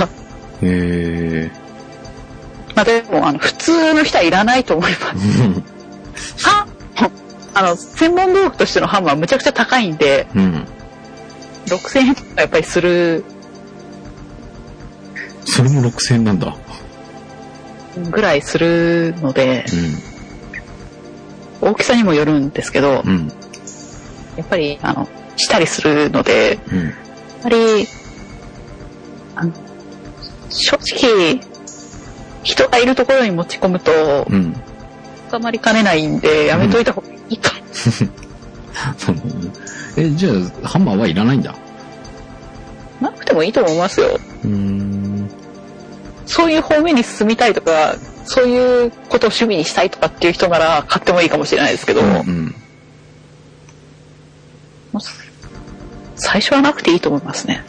Speaker 1: まあでも普通の人はいらないと思います。専門道具としてのハンマーはむちゃくちゃ高いんで、6000円とかやっぱりする。
Speaker 2: それも6000円なんだ。
Speaker 1: ぐらいするので、大きさにもよるんですけど、やっぱりしたりするので、やっぱり正直人がいるところに持ち込むと、捕まりかねないんでやめといた方がいいかも。
Speaker 2: じゃあハンマーはいらないんだ？
Speaker 1: なくてもいいと思いますよ。そういう方面に進みたいとか、そういうことを趣味にしたいとかっていう人なら買ってもいいかもしれないですけど、最初はなくていいと思いますね。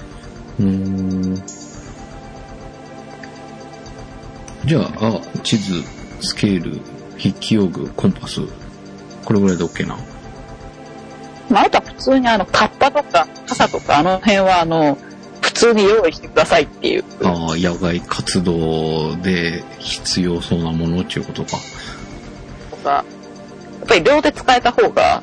Speaker 2: じゃあ地図、スケール、筆記用具、コンパス、これぐらいで OK な？
Speaker 1: あとは普通にカッパとか傘とか辺は普通に用意してくださいっていう。
Speaker 2: 野外活動で必要そうなものっていうことか。
Speaker 1: とか、やっぱり両手使えた方が、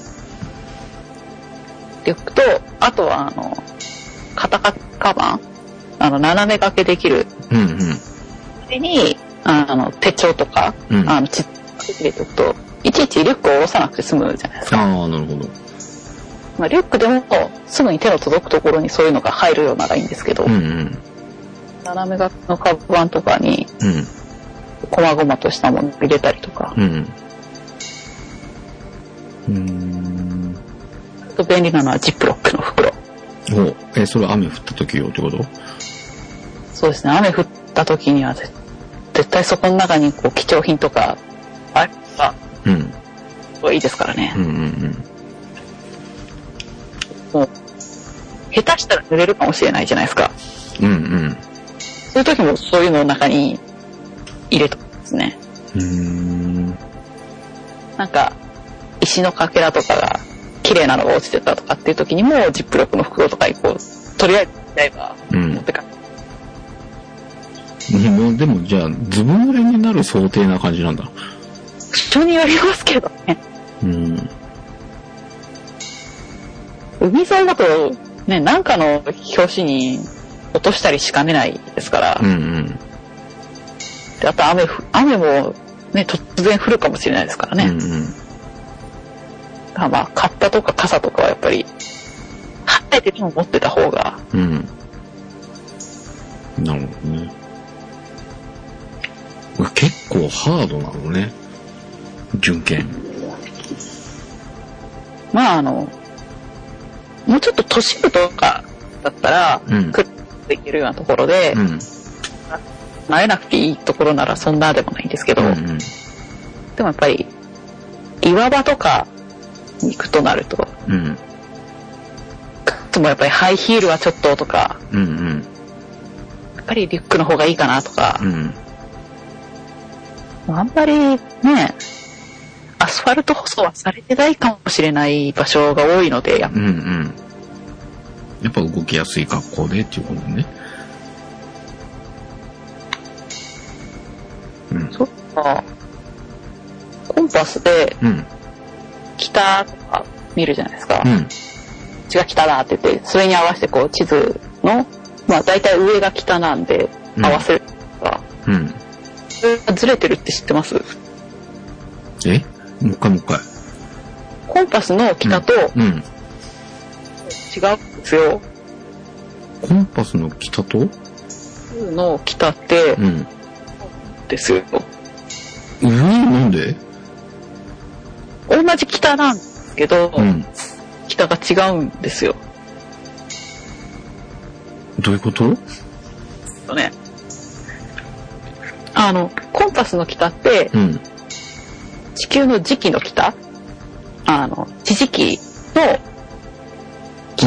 Speaker 1: リュックと、あとは肩カバン、斜め掛けできる。それに、手帳とか、ちっ入れておくと、いちいちリュックを下ろさなくて済むじゃないですか。
Speaker 2: なるほど。
Speaker 1: まあ、リュックでもすぐに手の届くところにそういうのが入るようならいいんですけど、斜め掛けのカバンとかに、こまごまとしたものを入れたりとか。あと便利なのはジップロックの袋。
Speaker 2: それ雨降った時用ってこと？
Speaker 1: そうですね。雨降った時には絶対そこの中に貴重品とかあれば、 はいいですからね。もう、下手したら濡れるかもしれないじゃないですか。そういう時もそういうのを中に入れとくんですね。なんか、石のかけらとかが綺麗なのが落ちてたとかっていう時にも、ジップロックの袋とかにこう、とりあえずやれば持ってか
Speaker 2: でもじゃあ、ずぶ濡れになる想定な感じなんだ。
Speaker 1: 人によりますけどね。海沿いだと、ね、なんかの拍子に落としたりしかねないですから。で、あと雨もね、突然降るかもしれないですからね。まあ、カッパとか傘とかはやっぱり、晴れてても持ってた方が。
Speaker 2: なるほどね。結構ハードなのね。準検。
Speaker 1: まあもうちょっと都市部とかだったら、クッといけるようなところで、慣れなくていいところならそんなでもないんですけど、でもやっぱり、岩場とかに行くとなると、でもやっぱりハイヒールはちょっととか、やっぱりリュックの方がいいかなとか、あんまりね、アスファルト舗装はされてないかもしれない場所が多いので、
Speaker 2: やっぱ動きやすい格好でっていうことね。
Speaker 1: そっか。コンパスで、北とか見るじゃないですか。こっちが北だって言って、それに合わせてこう地図の、まあ大体上が北なんで合わせるとか。それがずれてるって知ってます？
Speaker 2: もう一回。
Speaker 1: コンパスの北と、違うんですよ。
Speaker 2: コンパスの北と
Speaker 1: の北って、ですよ。
Speaker 2: なんで？
Speaker 1: 同じ北なんですけど、北が違うんですよ。
Speaker 2: どういうこと？
Speaker 1: ね。コンパスの北って、地球の磁気の北、地磁気の北、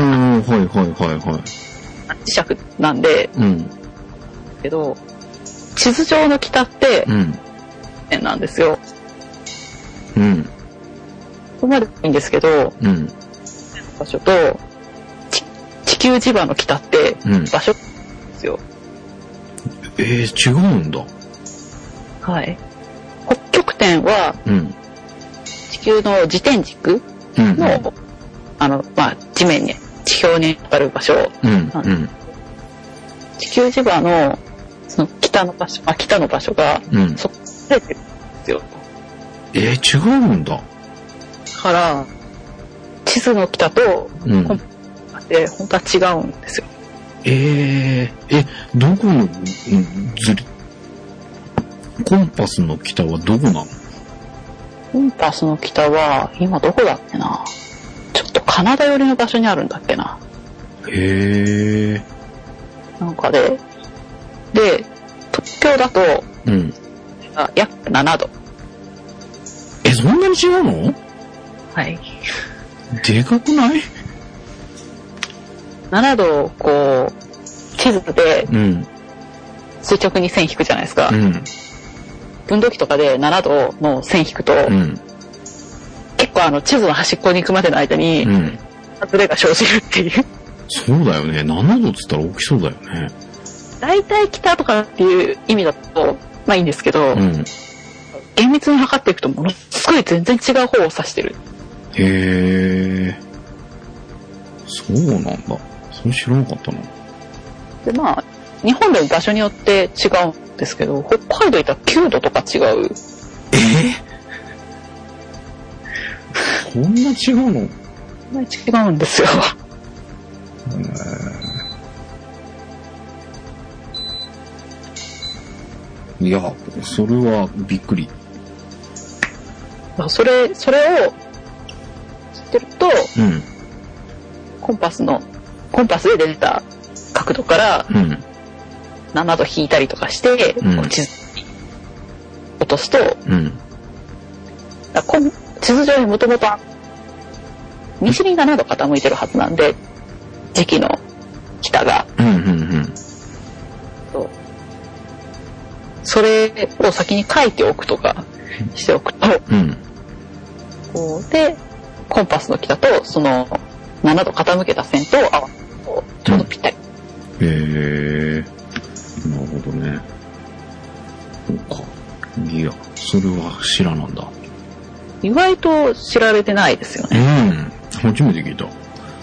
Speaker 1: 磁石なんで、けど、地図上の北って、なんですよ。ここまでいいんですけど、場所と、地球磁場の北って、場所ですよ。
Speaker 2: 違うんだ。
Speaker 1: はい。北極点は、地球の自転軸の、まあ、地面に、地表に当たる場所、地球磁場の、その北の場所が、そこずれてるんですよ。
Speaker 2: 違うんだ。
Speaker 1: から、地図の北と、コンパスで、本当は違うんですよ。
Speaker 2: どこのコンパスの北はどこなの？
Speaker 1: コンパスの北は、今どこだっけな。ちょっとカナダ寄りの場所にあるんだっけな。なんかで、東京だと、約7度。
Speaker 2: そんなに違うの？
Speaker 1: はい。
Speaker 2: でかくない
Speaker 1: ？7度をこう、地図で、垂直に線引くじゃないですか。分度器とかで7度の線引くと、結構地図の端っこに行くまでの間に、ズレが生じるっていう。
Speaker 2: そうだよね。7度っつったら大きそうだよね。
Speaker 1: 大体北とかっていう意味だと、まあいいんですけど、厳密に測っていくとものすごい全然違う方を指してる。
Speaker 2: そうなんだ。それ知らなかったな。
Speaker 1: で、まあ、日本でも場所によって違うんですけど、北海道行ったら9度とか違う。
Speaker 2: こんな違うの？
Speaker 1: こんなに違うんですよ。
Speaker 2: いや、それはびっくり。
Speaker 1: それを知ってると、コンパスで出た角度から、7度引いたりとかして地図上にもともと西に7度傾いてるはずなんで、時期の北が。それを先に書いておくとかしておくと、こうで、コンパスの北とその7度傾けた線と合わせるとちょうどぴったり。
Speaker 2: なるほどね。そうか。いや、それは知らなんだ。
Speaker 1: 意外と知られてないですよね。
Speaker 2: 初めて聞いた。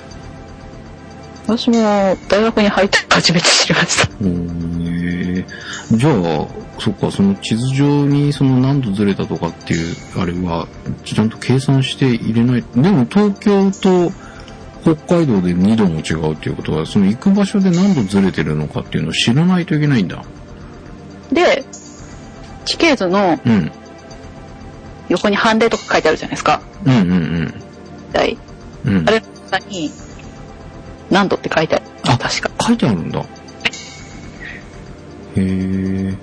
Speaker 1: 私も大学に入って初めて知りました。
Speaker 2: じゃあ、そっか、その地図上にその何度ずれたとかっていう、あれは、ちゃんと計算して入れない。でも東京と北海道で2度も違うっていうことは、その行く場所で何度ずれてるのかっていうのを知らないといけないんだ。で、
Speaker 1: 地形図の横に判例とか書いてあるじゃないですか。あれの中に何度って書いてある。確か。
Speaker 2: 書いてあるんだ。へえ。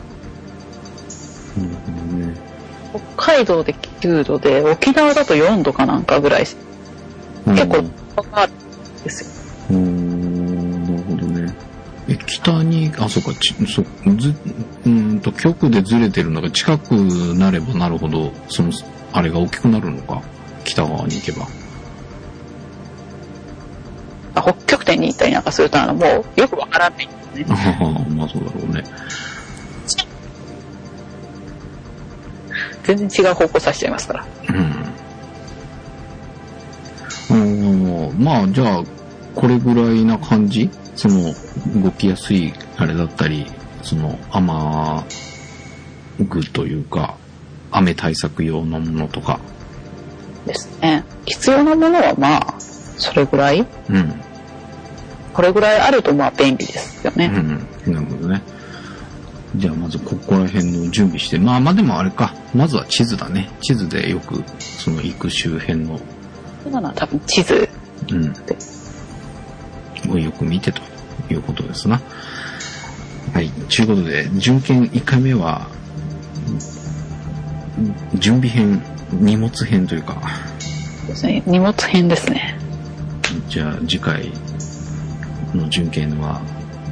Speaker 1: 北海道で9度で、沖縄だと4度かなんかぐらい。結構高いですよ。
Speaker 2: なるほどね。北に、そうか、極でずれてるのが近くなればなるほど、その、あれが大きくなるのか。北側に行けば。
Speaker 1: 北極点に行ったりなんかするともうよくわからないんですね。
Speaker 2: まあそうだろうね。
Speaker 1: 全然違う方向さしちゃいますから。
Speaker 2: まあじゃあこれぐらいな感じ？その動きやすいあれだったり、その雨具というか雨対策用のものとか
Speaker 1: ですね。必要なものはまあそれぐらい。これぐらいあるとまあ便利ですよね。
Speaker 2: なるほどね。じゃあまずここら辺の準備して、まあでもあれか、まずは地図だね。地図でよくその行く周辺の。
Speaker 1: 今のは多分地図
Speaker 2: をよく見てということですな。はい。ということで、準検1回目は、準備編、荷物編というか。
Speaker 1: ですね。荷物編ですね。
Speaker 2: じゃあ次回の準検は、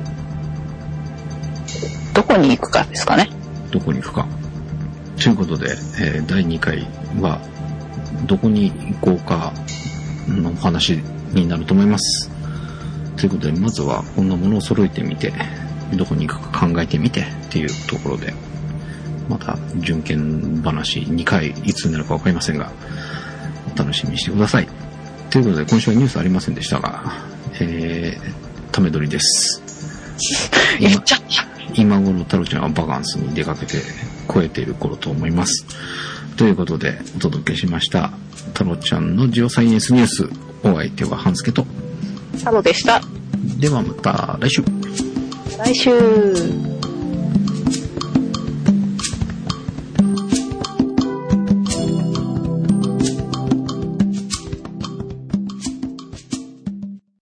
Speaker 1: どこに行くかですかね。
Speaker 2: どこに行くか。ということで、第2回はどこに行こうかの話になると思います。ということで、まずはこんなものを揃えてみて、どこに行くか考えてみてっていうところで、また準検話2回いつになるか分かりませんが、お楽しみにしてください。ということで、今週はニュースありませんでしたが、ため撮りです。
Speaker 1: 言っちゃった。
Speaker 2: 今頃太郎ちゃんはバカンスに出かけて超えている頃と思います。ということでお届けしました太郎ちゃんのジオサイエンスニュース。お相手は半助と
Speaker 1: 佐野でした。
Speaker 2: ではまた来週。
Speaker 1: 来週。